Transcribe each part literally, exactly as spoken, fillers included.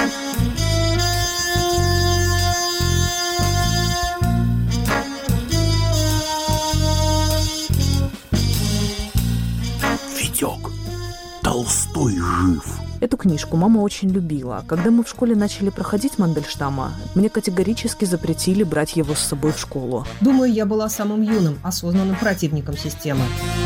Витек, Толстой жив. Эту книжку мама очень любила. Когда мы в школе начали проходить Мандельштама, мне категорически запретили брать его с собой в школу. Думаю, я была самым юным, осознанным противником системы.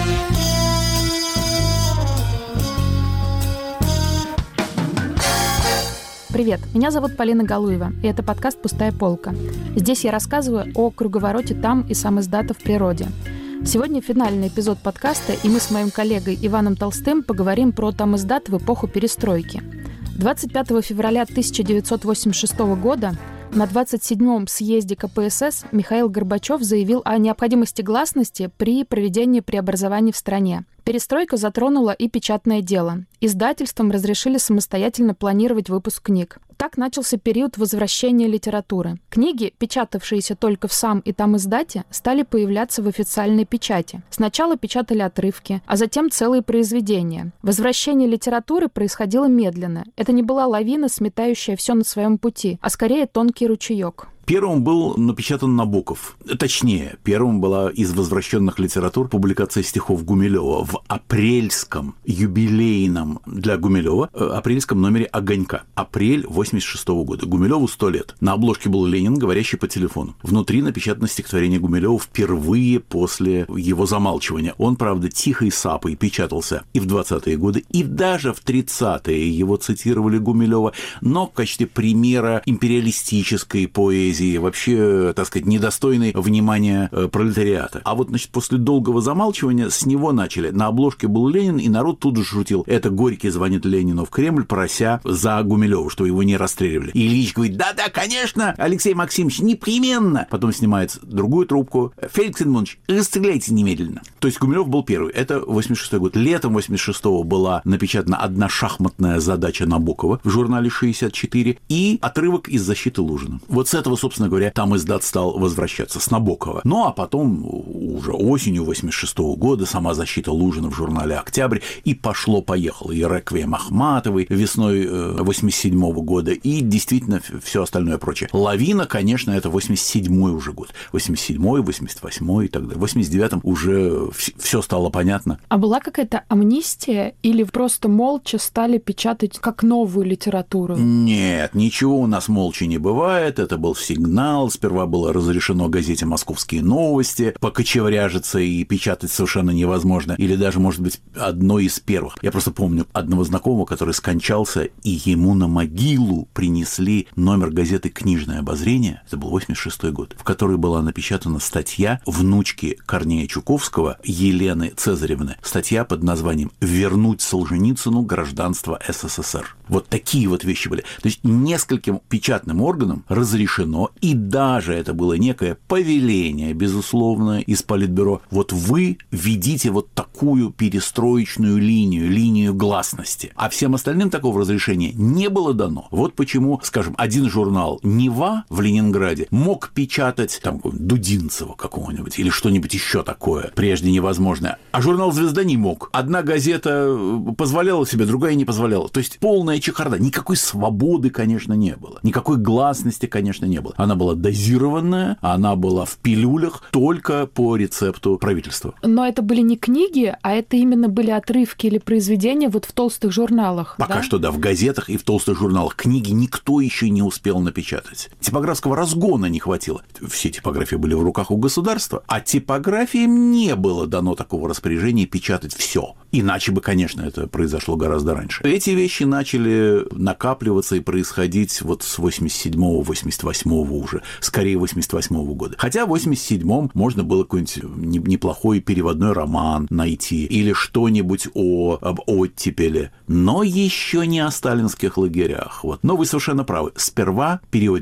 Привет, меня зовут Полина Галуева, и это подкаст «Пустая полка». Здесь я рассказываю о круговороте там и самиздата в природе. Сегодня финальный эпизод подкаста, и мы с моим коллегой Иваном Толстым поговорим про тамиздат в эпоху перестройки. двадцать пятого февраля тысяча девятьсот восемьдесят шестого года на двадцать седьмом съезде ка пэ эс эс Михаил Горбачев заявил о необходимости гласности при проведении преобразований в стране. Перестройка затронула и печатное дело. Издательствам разрешили самостоятельно планировать выпуск книг. Так начался период возвращения литературы. Книги, печатавшиеся только в сам и тамиздате, стали появляться в официальной печати. Сначала печатали отрывки, а затем целые произведения. Возвращение литературы происходило медленно. Это не была лавина, сметающая все на своем пути, а скорее тонкий ручеек. Первым был напечатан Набоков. Точнее, первым была из возвращенных литератур публикация стихов Гумилева в апрельском юбилейном для Гумилева апрельском номере «Огонька». Апрель восемьдесят шестого года. Гумилеву сто лет. На обложке был Ленин, говорящий по телефону. Внутри напечатано стихотворение Гумилева впервые после его замалчивания. Он, правда, тихой сапой печатался и в двадцатые годы, и даже в тридцатые его цитировали Гумилева, но в качестве примера империалистической поэзии, вообще, так сказать, недостойный внимания пролетариата. А вот, значит, после долгого замалчивания с него начали. На обложке был Ленин, и народ тут же шутил. Это Горький звонит Ленину в Кремль, прося за Гумилева, что его не расстреливали. И Ильич говорит: да-да, конечно, Алексей Максимович, непременно. Потом снимает другую трубку. Феликс Эдмундович, расстреляйте немедленно. То есть Гумилев был первый. Это восемьдесят шестой год. Летом восемьдесят шестого была напечатана одна шахматная задача Набокова в журнале шестьдесят четыре и отрывок из «Защиты Лужина». Вот с этого, собственно говоря, тамиздат стал возвращаться с Набокова. Ну, а потом уже осенью восемьдесят шестого года сама «Защита Лужина» в журнале «Октябрь», и пошло-поехало. И «Реквием» Ахматовой весной восемьдесят седьмого года, и действительно все остальное прочее. Лавина, конечно, это восемьдесят седьмой уже год. восемьдесят седьмой, восемьдесят восьмой и так далее. В восемьдесят девятом уже все стало понятно. А была какая-то амнистия или просто молча стали печатать как новую литературу? Нет, ничего у нас молча не бывает. Это был сигнал. Сперва было разрешено газете «Московские новости» покочевряжиться и печатать совершенно невозможно. Или даже, может быть, одной из первых. Я просто помню одного знакомого, который скончался, и ему на могилу принесли номер газеты «Книжное обозрение». Это был восемьдесят шестой год, в которой была напечатана статья внучки Корнея Чуковского, Елены Цезаревны. Статья под названием «Вернуть Солженицыну гражданство эс эс эс эр». Вот такие вот вещи были. То есть нескольким печатным органам разрешено, и даже это было некое повеление, безусловно, из Политбюро. Вот вы ведите вот такую перестроечную линию, линию гласности. А всем остальным такого разрешения не было дано. Вот почему, скажем, один журнал «Нева» в Ленинграде мог печатать там Дудинцева какого-нибудь или что-нибудь еще такое, прежде невозможное. А журнал «Звезда» не мог. Одна газета позволяла себе, другая не позволяла. То есть полная чехарда. Никакой свободы, конечно, не было. Никакой гласности, конечно, не было. Она была дозированная, она была в пилюлях только по рецепту правительства. Но это были не книги, а это именно были отрывки или произведения вот в толстых журналах. Пока да? что, да, в газетах и в толстых журналах. Книги никто еще не успел напечатать. Типографского разгона не хватило. Все типографии были в руках у государства, а типографиям не было дано такого распоряжения печатать все. Иначе бы, конечно, это произошло гораздо раньше. Эти вещи начали накапливаться и происходить вот с восемьдесят седьмого восемьдесят восьмого уже, скорее восемьдесят восьмого года. Хотя в восемьдесят седьмом можно было какой-нибудь неплохой переводной роман найти или что-нибудь о, об оттепели, но еще не о сталинских лагерях. Вот. Но вы совершенно правы. Сперва периодика.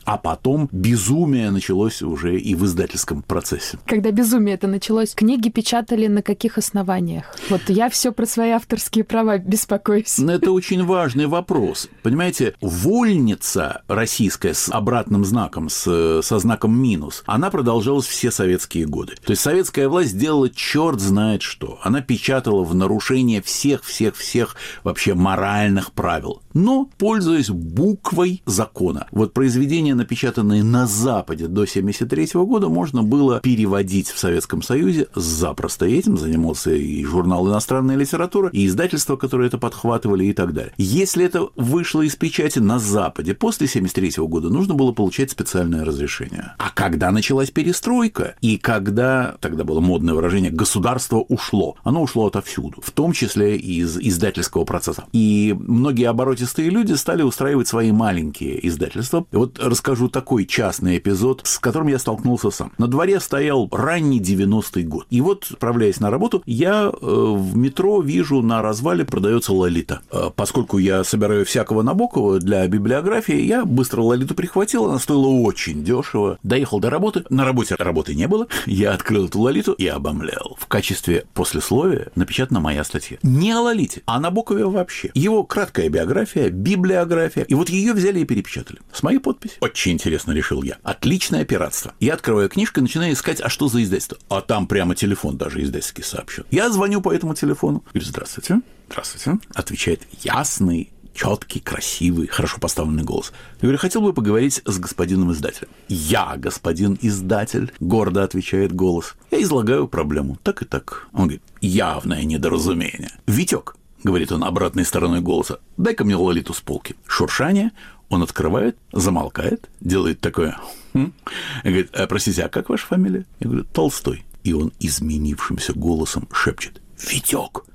А потом безумие началось уже и в издательском процессе. Когда безумие это началось, книги печатали на каких основаниях? Вот я все про свои авторские права беспокоюсь. Это очень важный вопрос. Понимаете, вольница российская с обратным знаком, с, со знаком минус, она продолжалась все советские годы. То есть советская власть делала черт знает что. Она печатала в нарушение всех-всех-всех вообще моральных правил, но пользуясь буквой закона. Вот произведения, напечатанные на Западе до семьдесят третьего года, можно было переводить в Советском Союзе запросто. И этим занимался и журнал «Иностранная литература», и издательства, которые это подхватывали и так далее. Если это вышло из печати на Западе после семьдесят третьего года, нужно было получать специальное разрешение. А когда началась перестройка, и когда, тогда было модное выражение, государство ушло, оно ушло отовсюду, в том числе и из издательского процесса. И многие оборотистые люди стали устраивать свои маленькие издательства. И вот расскажу такой частный эпизод, с которым я столкнулся сам. На дворе стоял ранний девяностый год. И вот, отправляясь на работу, я э, в метро вижу, на развале продается Лолита. Э, поскольку я собираю всякого Набокова для библиографии, я быстро Лолиту прихватил, она стоила очень дешево. Доехал до работы. На работе работы не было. Я открыл эту Лолиту и обомлел. В качестве послесловия напечатана моя статья. Не о Лолите, а о Набокове вообще. Его краткая биография, библиография. И вот ее взяли и перепечатали. С моей подписью. Очень интересно, решил я. Отличное пиратство. Я открываю книжку и начинаю искать, а что за издательство. А там прямо телефон даже издательский сообщил. Я звоню по этому телефону. Говорю, здравствуйте. Здравствуйте. Отвечает ясный, четкий, красивый, хорошо поставленный голос. Я говорю, хотел бы поговорить с господином издателем. Я, господин издатель, гордо отвечает голос. Я излагаю проблему. Так и так. Он говорит, явное недоразумение. Витек, говорит он обратной стороной голоса, дай-ка мне Лолиту с полки. Шуршание. Он открывает, замолкает, делает такое. Хм. И говорит, а, простите, а как ваша фамилия? Я говорю, Толстой. И он изменившимся голосом шепчет, Витек,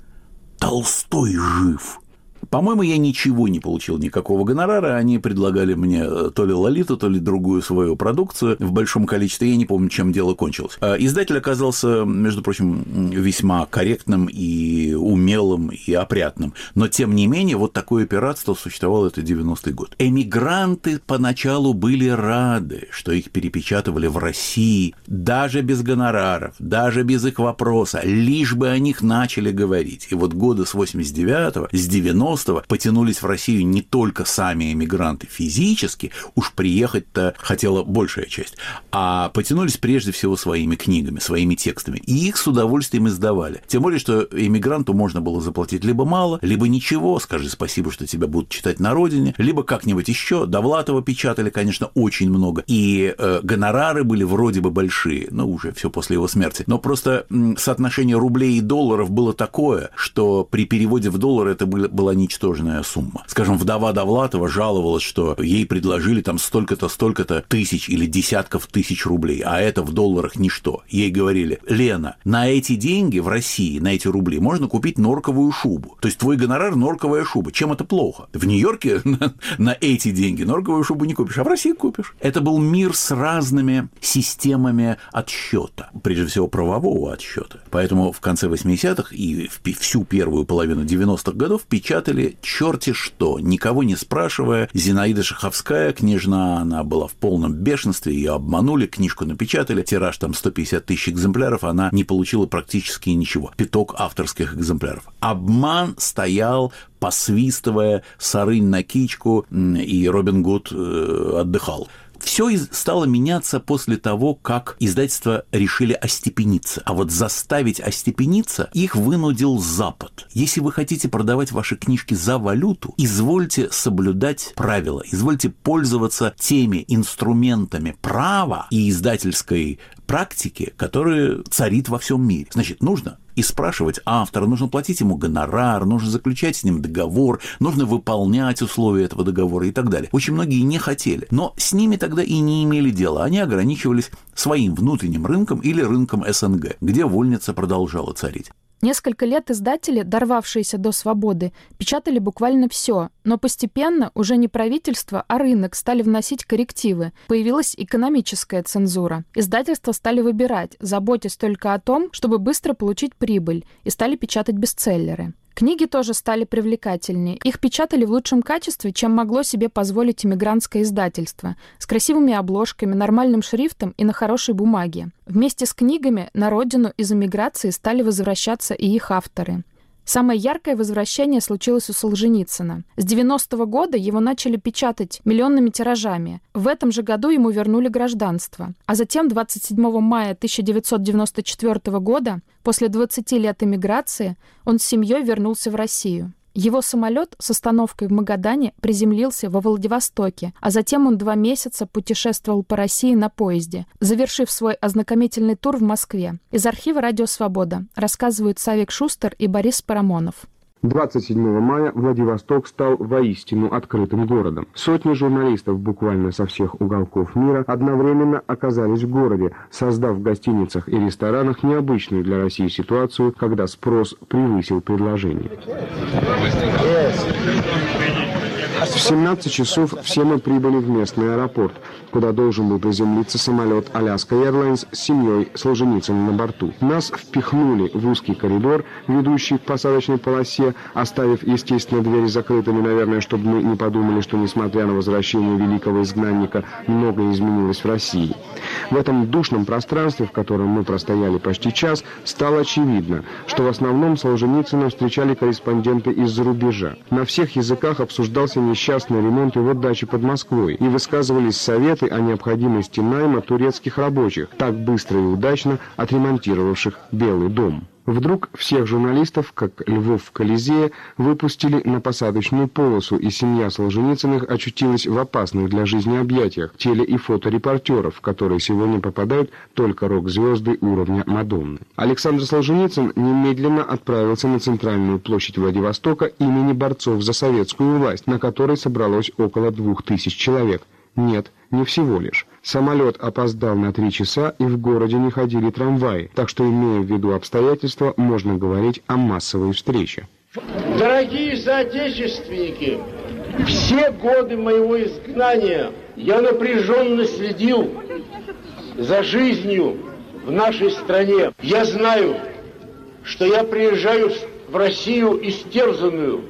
Толстой жив. По-моему, я ничего не получил, никакого гонорара. Они предлагали мне то ли Лолиту, то ли другую свою продукцию в большом количестве. Я не помню, чем дело кончилось. Издатель оказался, между прочим, весьма корректным и умелым, и опрятным. Но, тем не менее, вот такое пиратство существовало, это девяностый год. Эмигранты поначалу были рады, что их перепечатывали в России, даже без гонораров, даже без их вопроса, лишь бы о них начали говорить. И вот годы с восемьдесят девятого, с девяностого потянулись в Россию не только сами эмигранты физически, уж приехать-то хотела большая часть, а потянулись прежде всего своими книгами, своими текстами. И их с удовольствием издавали. Тем более, что эмигранту можно было заплатить либо мало, либо ничего, скажи спасибо, что тебя будут читать на родине, либо как-нибудь еще. Довлатова печатали, конечно, очень много. И э, гонорары были вроде бы большие, но уже все после его смерти. Но просто м, соотношение рублей и долларов было такое, что при переводе в доллары это было, была ничтожная сумма. Скажем, вдова Довлатова жаловалась, что ей предложили там столько-то, столько-то тысяч или десятков тысяч рублей, а это в долларах ничто. Ей говорили, Лена, на эти деньги в России, на эти рубли, можно купить норковую шубу. То есть твой гонорар – норковая шуба. Чем это плохо? В Нью-Йорке на, на эти деньги норковую шубу не купишь, а в России купишь. Это был мир с разными системами отсчета, прежде всего правового отсчета. Поэтому в конце восьмидесятых и всю первую половину девяностых годов печатали черти что, никого не спрашивая. Зинаида Шаховская, княжна, она была в полном бешенстве, ее обманули, книжку напечатали, тираж там сто пятьдесят тысяч экземпляров, она не получила практически ничего, пяток авторских экземпляров. Обман стоял, посвистывая, Сарынь на кичку, и Робин Гуд отдыхал. Все стало меняться после того, как издательства решили остепениться. А вот заставить остепениться их вынудил Запад. Если вы хотите продавать ваши книжки за валюту, извольте соблюдать правила, извольте пользоваться теми инструментами права и издательской практики, которые царит во всем мире. Значит, нужно и спрашивать автора, нужно платить ему гонорар, нужно заключать с ним договор, нужно выполнять условия этого договора и так далее. Очень многие не хотели, но с ними тогда и не имели дела. Они ограничивались своим внутренним рынком или рынком СНГ, где вольница продолжала царить. Несколько лет издатели, дорвавшиеся до свободы, печатали буквально все, но постепенно уже не правительство, а рынок стали вносить коррективы. Появилась экономическая цензура. Издательства стали выбирать, заботясь только о том, чтобы быстро получить прибыль, и стали печатать бестселлеры. Книги тоже стали привлекательнее. Их печатали в лучшем качестве, чем могло себе позволить иммигрантское издательство, с красивыми обложками, нормальным шрифтом и на хорошей бумаге. Вместе с книгами на родину из эмиграции стали возвращаться и их авторы. Самое яркое возвращение случилось у Солженицына. С девяностого года его начали печатать миллионными тиражами. В этом же году ему вернули гражданство. А затем двадцать седьмого мая тысяча девятьсот девяносто четвёртого года, после двадцати лет эмиграции, он с семьей вернулся в Россию. Его самолет с остановкой в Магадане приземлился во Владивостоке, а затем он два месяца путешествовал по России на поезде, завершив свой ознакомительный тур в Москве. Из архива «Радио Свобода» рассказывают Савик Шустер и Борис Парамонов. двадцать седьмого мая Владивосток стал воистину открытым городом. Сотни журналистов буквально со всех уголков мира одновременно оказались в городе, создав в гостиницах и ресторанах необычную для России ситуацию, когда спрос превысил предложение. В семнадцать часов все мы прибыли в местный аэропорт, куда должен был приземлиться самолет Alaska Airlines с семьей Солженицына на борту. Нас впихнули в узкий коридор, ведущий к посадочной полосе, оставив, естественно, двери закрытыми, наверное, чтобы мы не подумали, что, несмотря на возвращение великого изгнанника, многое изменилось в России. В этом душном пространстве, в котором мы простояли почти час, стало очевидно, что в основном Солженицына встречали корреспонденты из-за рубежа. На всех языках обсуждался несчастный ремонт его дачи под Москвой, и высказывались советы о необходимости найма турецких рабочих, так быстро и удачно отремонтировавших Белый дом. Вдруг всех журналистов, как львов в Колизее, выпустили на посадочную полосу, и семья Солженицыных очутилась в опасных для жизни объятиях теле- и фоторепортеров, в которые сегодня попадают только рок-звезды уровня Мадонны. Александр Солженицын немедленно отправился на центральную площадь Владивостока имени борцов за советскую власть, на которой собралось около двух тысяч человек. Нет, не всего лишь. Самолет опоздал на три часа, и в городе не ходили трамваи, так что, имея в виду обстоятельства, можно говорить о массовой встрече. Дорогие соотечественники, все годы моего изгнания я напряженно следил за жизнью в нашей стране. Я знаю, что я приезжаю в Россию истерзанную,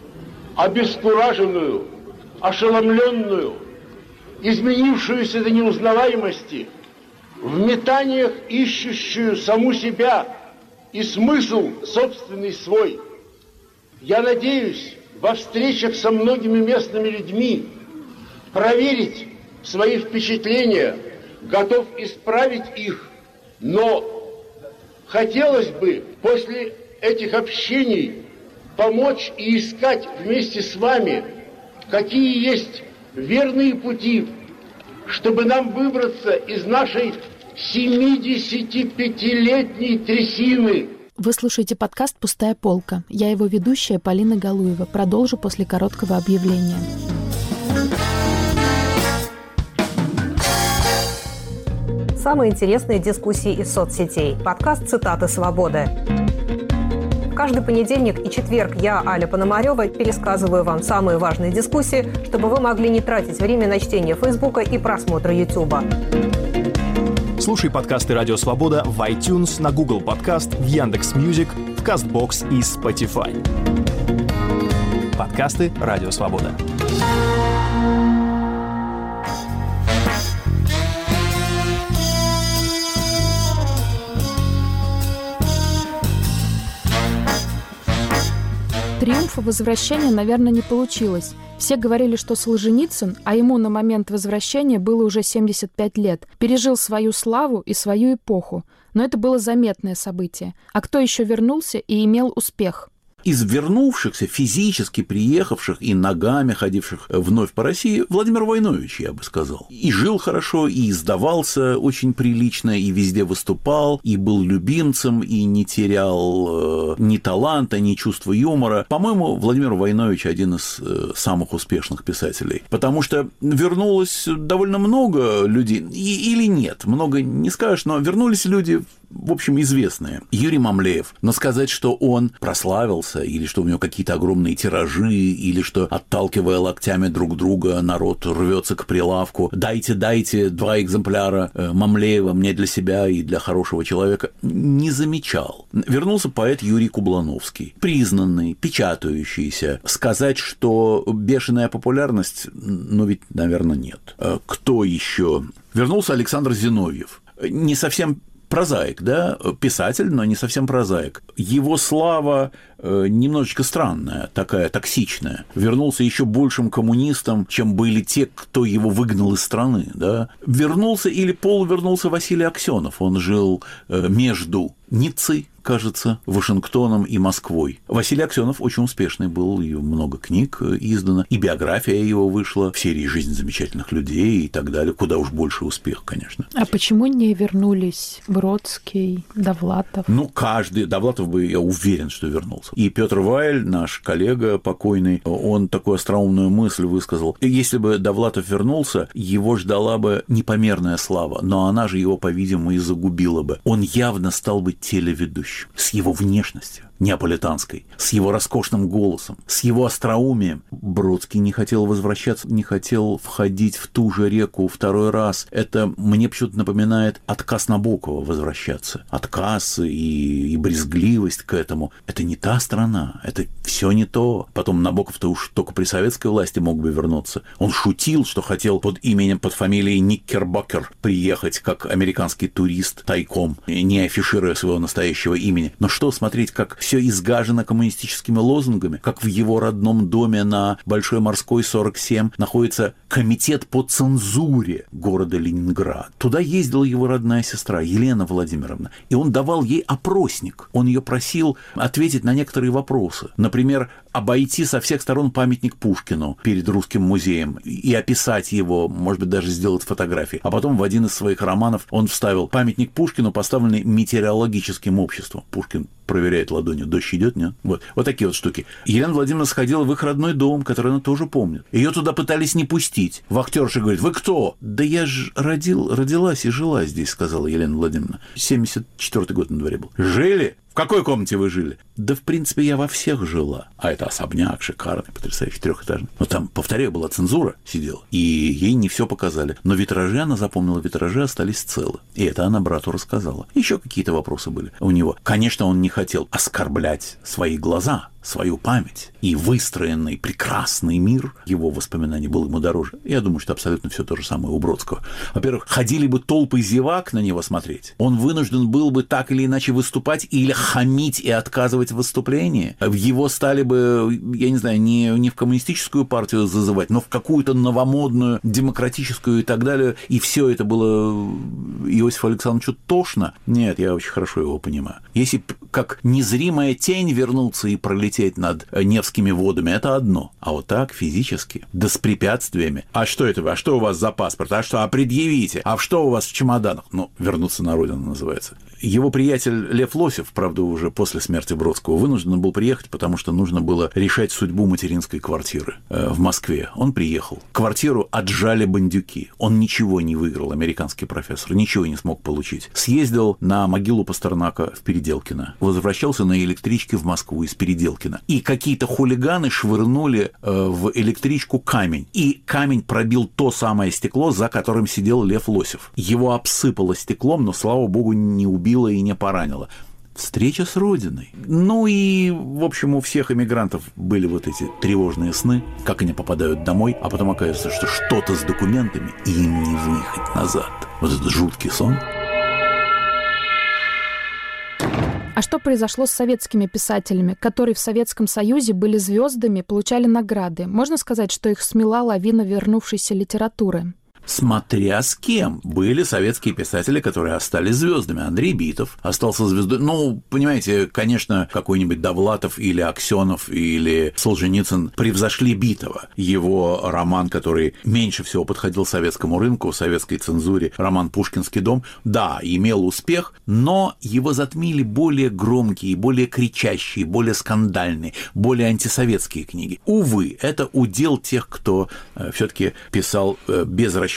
обескураженную, ошеломленную, изменившуюся до неузнаваемости, в метаниях ищущую саму себя и смысл собственный свой. Я надеюсь во встречах со многими местными людьми проверить свои впечатления, готов исправить их, но хотелось бы после этих общений помочь и искать вместе с вами, какие есть верные пути, чтобы нам выбраться из нашей семидесятипятилетней трясины. Вы слушаете подкаст «Пустая полка». Я его ведущая Полина Галуева. Продолжу после короткого объявления. Самые интересные дискуссии из соцсетей. Подкаст «Цитаты свободы». Каждый понедельник и четверг я, Аля Пономарева, пересказываю вам самые важные дискуссии, чтобы вы могли не тратить время на чтение Фейсбука и просмотра Ютуба. Слушай подкасты «Радио Свобода» в iTunes, на Google Подкаст, в Яндекс.Мьюзик, в Кастбокс и Spotify. Подкасты «Радио Свобода». Триумфа возвращения, наверное, не получилось. Все говорили, что Солженицын, а ему на момент возвращения было уже семьдесят пять лет, пережил свою славу и свою эпоху. Но это было заметное событие. А кто еще вернулся и имел успех? Из вернувшихся, физически приехавших и ногами ходивших вновь по России, Владимир Войнович, я бы сказал. И жил хорошо, и издавался очень прилично, и везде выступал, и был любимцем, и не терял э, ни таланта, ни чувства юмора. По-моему, Владимир Войнович один из э, самых успешных писателей. Потому что вернулось довольно много людей, и, или нет, много не скажешь, но вернулись люди в общем, известные. Юрий Мамлеев. Но сказать, что он прославился, или что у него какие-то огромные тиражи, или что, отталкивая локтями друг друга, народ рвется к прилавку. Дайте, дайте два экземпляра Мамлеева мне для себя и для хорошего человека. Не замечал. Вернулся поэт Юрий Кублановский. Признанный, печатающийся. Сказать, что бешеная популярность, ну ведь, наверное, нет. Кто еще? Вернулся Александр Зиновьев. Не совсем прозаик, да, писатель, но не совсем прозаик. Его слава э, немножечко странная, такая токсичная. Вернулся еще большим коммунистом, чем были те, кто его выгнал из страны, да. Вернулся или полувернулся Василий Аксенов. Он жил э, между Ниццей, кажется, Вашингтоном и Москвой. Василий Аксенов очень успешный был, и много книг издано, и биография его вышла в серии «Жизнь замечательных людей» и так далее. Куда уж больше успех, конечно. А почему не вернулись Бродский, Довлатов? Ну, каждый... Довлатов бы, я уверен, что вернулся. И Петр Вайль, наш коллега покойный, он такую остроумную мысль высказал. Если бы Довлатов вернулся, его ждала бы непомерная слава, но она же его, по-видимому, и загубила бы. Он явно стал бы телеведущим. С его внешностью неаполитанской, с его роскошным голосом, с его остроумием. Бродский не хотел возвращаться, не хотел входить в ту же реку второй раз. Это мне почему-то напоминает отказ Набокова возвращаться. Отказ и, и брезгливость к этому. Это не та страна, это все не то. Потом Набоков-то уж только при советской власти мог бы вернуться. Он шутил, что хотел под именем, под фамилией Никкербокер приехать как американский турист тайком, не афишируя своего настоящего имени. Но что смотреть, как все изгажено коммунистическими лозунгами, как в его родном доме на Большой Морской, сорок семь, находится комитет по цензуре города Ленинград. Туда ездила его родная сестра Елена Владимировна, и он давал ей опросник. Он ее просил ответить на некоторые вопросы. Например, обойти со всех сторон памятник Пушкину перед Русским музеем и описать его, может быть, даже сделать фотографии. А потом в один из своих романов он вставил памятник Пушкину, поставленный метеорологическим обществом. Пушкин проверяет ладонью, дождь идет, нет? Вот. Вот такие вот штуки. Елена Владимировна сходила в их родной дом, который она тоже помнит. Ее туда пытались не пустить. Вахтерша говорит: вы кто? Да я же родил, родилась и жила здесь, сказала Елена Владимировна. семьдесят четвёртый год на дворе был. Жили? В какой комнате вы жили? Да, в принципе, я во всех жила. А это особняк шикарный, потрясающий, трехэтажный. Но там, повторяю, была цензура, сидела. И ей не все показали. Но витражи, она запомнила, витражи остались целы. И это она брату рассказала. Еще какие-то вопросы были у него. Конечно, он не хотел оскорблять свои глаза, свою память. И выстроенный прекрасный мир, его воспоминаний был ему дороже. Я думаю, что абсолютно все то же самое у Бродского. Во-первых, ходили бы толпы зевак на него смотреть. Он вынужден был бы так или иначе выступать или хамить и отказывать в выступлении. Его стали бы, я не знаю, не, не в коммунистическую партию зазывать, но в какую-то новомодную, демократическую и так далее. И все это было Иосифу Александровичу тошно. Нет, я очень хорошо его понимаю. Если как незримая тень вернуться и пролететь над Невскими водами, это одно. А вот так, физически, да с препятствиями. А что это вы? А что у вас за паспорт? А что? А предъявите? А что у вас в чемоданах? Ну, вернуться на родину называется. Его приятель Лев Лосев, правда, уже после смерти Бродского, вынужден был приехать, потому что нужно было решать судьбу материнской квартиры в Москве. Он приехал. Квартиру отжали бандюки. Он ничего не выиграл, американский профессор, ничего не смог получить. Съездил на могилу Пастернака в Переделкино. Возвращался на электричке в Москву из Переделкина. И какие-то хулиганы швырнули в электричку камень. И камень пробил то самое стекло, за которым сидел Лев Лосев. Его обсыпало стеклом, но, слава богу, не убило и не поранило. Встреча с Родиной. Ну и, в общем, у всех эмигрантов были вот эти тревожные сны, как они попадают домой, а потом оказывается, что что-то с документами, и им не выехать назад. Вот этот жуткий сон. А что произошло с советскими писателями, которые в Советском Союзе были звездами, получали награды? Можно сказать, что их смела лавина вернувшейся литературы? Смотря с кем. Были советские писатели, которые остались звездами. Андрей Битов остался звездой. Ну, понимаете, конечно, какой-нибудь Довлатов или Аксенов или Солженицын превзошли Битова. Его роман, который меньше всего подходил советскому рынку, советской цензуре, роман «Пушкинский дом», да, имел успех, но его затмили более громкие, более кричащие, более скандальные, более антисоветские книги. Увы, это удел тех, кто э, все-таки писал э, без расчета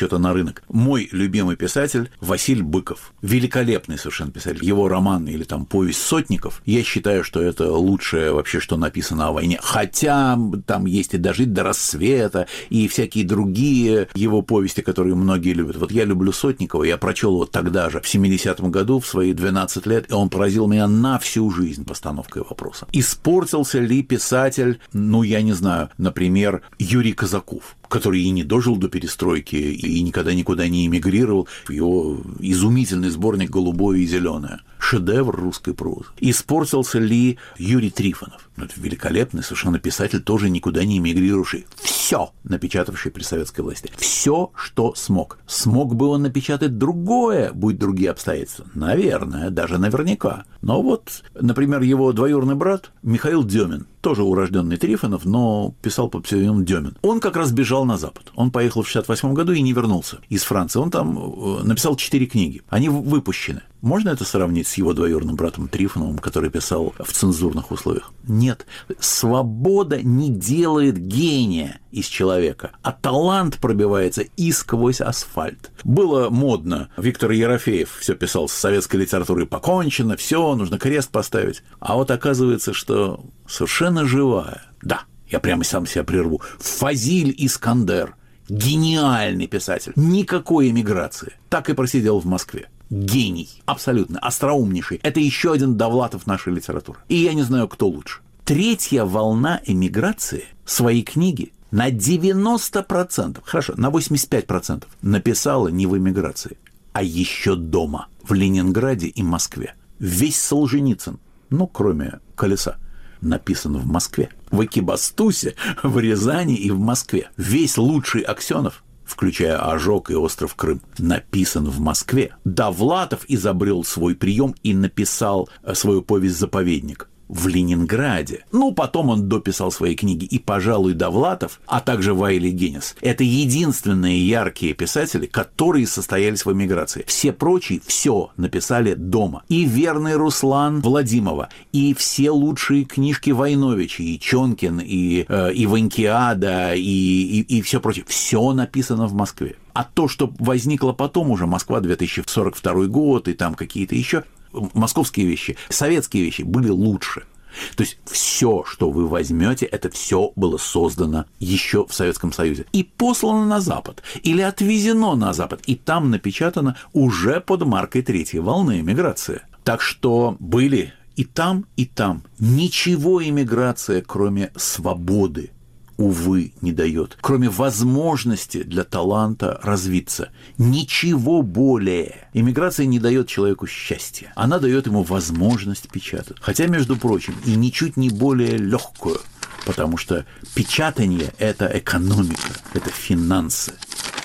расчета на рынок. Мой любимый писатель Василий Быков. Великолепный совершенно писатель. Его роман или там повесть «Сотников», я считаю, что это лучшее вообще, что написано о войне. Хотя там есть и «Дожить до рассвета», и всякие другие его повести, которые многие любят. Вот я люблю Сотникова, я прочел его тогда же, в семидесятом году, в свои двенадцать лет, и он поразил меня на всю жизнь постановкой вопроса. Испортился ли писатель, ну, я не знаю, например, Юрий Казаков, который и не дожил до перестройки, и никогда никуда не эмигрировал. Его изумительный сборник «Голубое и зеленое». Шедевр русской прозы. Испортился ли Юрий Трифонов? Ну, это великолепный совершенно писатель, тоже никуда не эмигрировавший. Все напечатавший при советской власти. Все, что смог. Смог бы он напечатать другое, будь другие обстоятельства? Наверное, даже наверняка. Но вот, например, его двоюродный брат Михаил Демин, тоже урожденный Трифонов, но писал по псевдониму Демин. Он как раз бежал на Запад. Он поехал в шестьдесят восьмом году и не вернулся из Франции. Он там написал четыре книги. Они выпущены. Можно это сравнить с его двоюродным братом Трифоновым, который писал в цензурных условиях? Нет. Свобода не делает гения из человека, а талант пробивается и сквозь асфальт. Было модно. Виктор Ерофеев все писал: с советской литературой покончено, все, нужно крест поставить. А вот оказывается, что совершенно живая, да, я прямо сам себя прерву, Фазиль Искандер, гениальный писатель, никакой эмиграции, так и просидел в Москве. Гений, абсолютно, остроумнейший. Это еще один Довлатов нашей литературы. И я не знаю, кто лучше. Третья волна эмиграции свои книги на девяносто процентов, хорошо, на восемьдесят пять процентов написала не в эмиграции, а еще дома, в Ленинграде и Москве. Весь Солженицын, ну, кроме «Колеса», написан в Москве. В Экибастузе, в Рязани и в Москве. Весь лучший Аксенов, включая «Ожог» и «Остров Крым», написан в Москве. Довлатов изобрел свой прием и написал свою повесть «Заповедник» в Ленинграде. Ну, потом он дописал свои книги. И, пожалуй, Довлатов, а также Вайли Генис — это единственные яркие писатели, которые состоялись в эмиграции. Все прочие все написали дома. И «Верный Руслан» Владимова, и все лучшие книжки Войновича, и Чонкин, и э, Иванькиада, и, и, и все прочее. Все написано в Москве. А то, что возникло потом уже, Москва две тысячи сорок второй год, и там какие-то еще московские вещи, советские вещи были лучше. То есть все, что вы возьмете, это все было создано еще в Советском Союзе и послано на Запад или отвезено на Запад, и там напечатано уже под маркой третьей волны эмиграции. Так что были и там, и там. Ничего эмиграция, кроме свободы, увы, не дает, кроме возможности для таланта развиться. Ничего более. Эмиграция не дает человеку счастья. Она дает ему возможность печатать. Хотя, между прочим, и ничуть не более легкую, потому что печатание – это экономика, это финансы.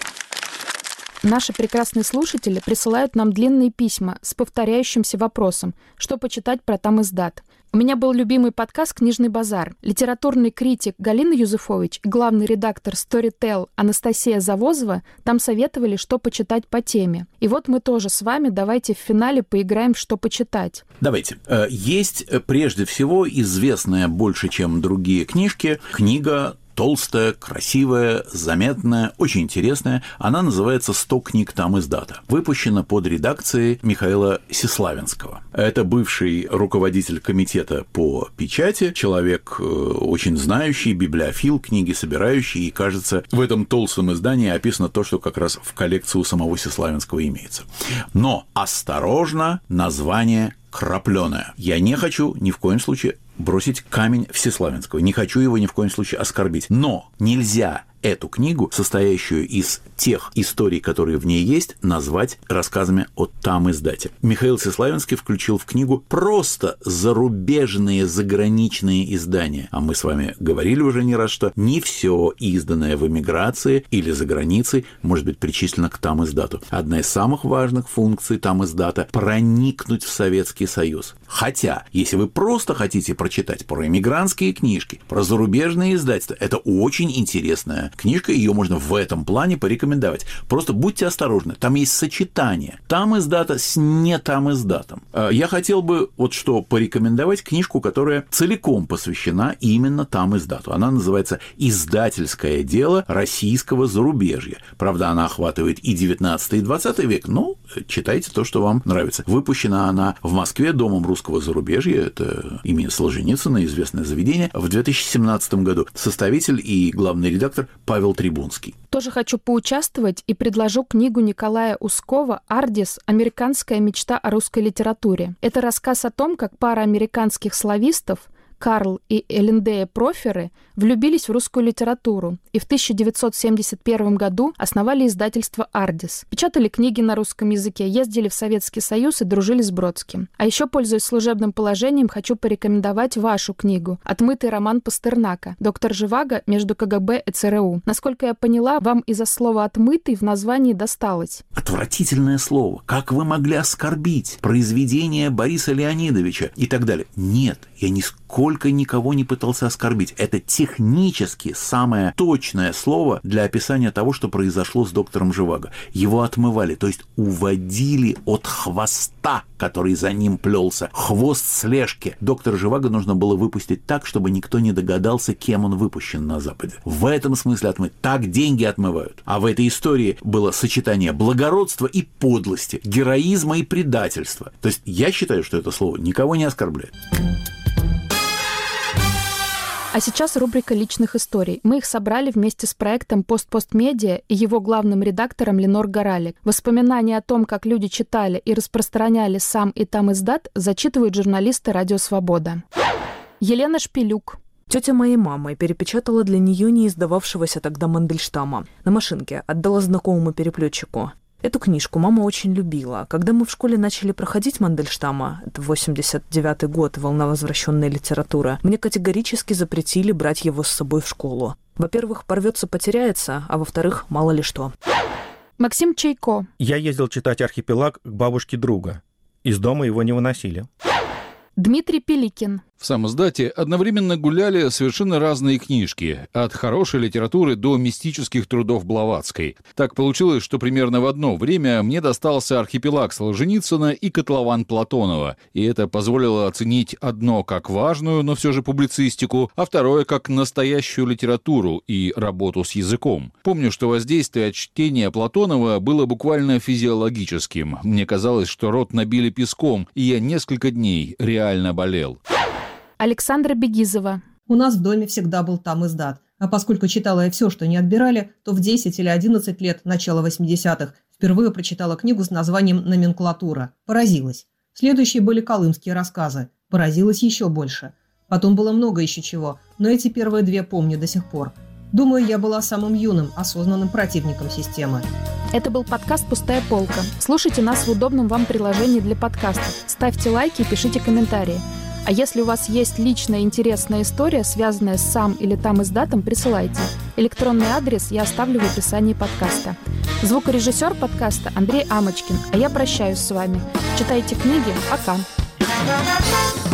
Наши прекрасные слушатели присылают нам длинные письма с повторяющимся вопросом, что почитать про там издат. У меня был любимый подкаст «Книжный базар». Литературный критик Галина Юзефович и главный редактор Storytel Анастасия Завозова там советовали, что почитать по теме. И вот мы тоже с вами давайте в финале поиграем в «Что почитать». Давайте. Есть прежде всего известная больше, чем другие книжки, книга толстая, красивая, заметная, очень интересная. Она называется «сто книг там издата». Выпущена под редакцией Михаила Сеславинского. Это бывший руководитель комитета по печати, человек очень знающий, библиофил, книги собирающий, и, кажется, в этом толстом издании описано то, что как раз в коллекции у самого Сеславинского имеется. Но осторожно, название «Краплёное». Я не хочу ни в коем случае бросить камень Всеславинского. Не хочу его ни в коем случае оскорбить. Но нельзя эту книгу, состоящую из тех историй, которые в ней есть, назвать рассказами о там издате. Михаил Сеславинский включил в книгу просто зарубежные, заграничные издания. А мы с вами говорили уже не раз, что не все изданное в эмиграции или за границей может быть причислено к там издату. Одна из самых важных функций там издата – проникнуть в Советский Союз. Хотя, если вы просто хотите прочитать про эмигрантские книжки, про зарубежные издательства, это очень интересная книжка, ее можно в этом плане порекомендовать. Просто будьте осторожны, там есть сочетание там издата с не там издатом. Я хотел бы вот что порекомендовать книжку, которая целиком посвящена именно там издату. Она называется «Издательское дело российского зарубежья». Правда, она охватывает и девятнадцатый, и двадцатый век, но читайте то, что вам нравится. Выпущена она в Москве Домом русского зарубежья, это имени Солженицына, известное заведение, в две тысячи семнадцатом году. Составитель и главный редактор Павел Трибунский. Тоже хочу поучаствовать и предложу книгу Николая Ускова «Ардис. Американская мечта о русской литературе». Это рассказ о том, как пара американских славистов Карл и Элендея Проферы влюбились в русскую литературу и в тысяча девятьсот семьдесят первом году основали издательство «Ардис». Печатали книги на русском языке, ездили в Советский Союз и дружили с Бродским. А еще, пользуясь служебным положением, хочу порекомендовать вашу книгу «Отмытый роман Пастернака. Доктор Живаго между КГБ и ЦРУ». Насколько я поняла, вам из-за слова «отмытый» в названии досталось. Отвратительное слово. Как вы могли оскорбить произведение Бориса Леонидовича и так далее? Нет, я нисколько никого не пытался оскорбить. Это технически самое точное слово для описания того, что произошло с доктором Живаго. Его отмывали, то есть уводили от хвоста, который за ним плелся. Хвост слежки. Доктора Живаго нужно было выпустить так, чтобы никто не догадался, кем он выпущен на Западе. В этом смысле отмыть. Так деньги отмывают. А в этой истории было сочетание благородства и подлости, героизма и предательства. То есть я считаю, что это слово никого не оскорбляет. А сейчас рубрика личных историй. Мы их собрали вместе с проектом «Пост-Пост-Медиа» и его главным редактором Ленор Горалик. Воспоминания о том, как люди читали и распространяли сам и там издат, зачитывают журналисты «Радио Свобода». Елена Шпилюк. Тетя моей мамы перепечатала для нее не издававшегося тогда Мандельштама. На машинке отдала знакомому переплетчику. Эту книжку мама очень любила. Когда мы в школе начали проходить Мандельштама, это восемьдесят девятый год, волна возвращенной литературы, мне категорически запретили брать его с собой в школу. Во-первых, порвется, потеряется, а во-вторых, мало ли что. Максим Чайко. Я ездил читать «Архипелаг» к бабушке друга. Из дома его не выносили. Дмитрий Пеликин. В самиздате одновременно гуляли совершенно разные книжки, от хорошей литературы до мистических трудов Блаватской. Так получилось, что примерно в одно время мне достался «Архипелаг» Солженицына и «Котлован» Платонова, и это позволило оценить одно как важную, но все же публицистику, а второе как настоящую литературу и работу с языком. Помню, что воздействие от чтения Платонова было буквально физиологическим. Мне казалось, что рот набили песком, и я несколько дней реально болел. Александра Бегизова. У нас в доме всегда был там издат. А поскольку читала я все, что не отбирали, то в десять или одиннадцать лет, начала восьмидесятых, впервые прочитала книгу с названием «Номенклатура». Поразилась. Следующие были колымские рассказы. Поразилась еще больше. Потом было много еще чего, но эти первые две помню до сих пор. Думаю, я была самым юным, осознанным противником системы. Это был подкаст «Пустая полка». Слушайте нас в удобном вам приложении для подкастов. Ставьте лайки и пишите комментарии. А если у вас есть личная интересная история, связанная с сам или там издатом, присылайте. Электронный адрес я оставлю в описании подкаста. Звукорежиссер подкаста Андрей Амочкин. А я прощаюсь с вами. Читайте книги. Пока.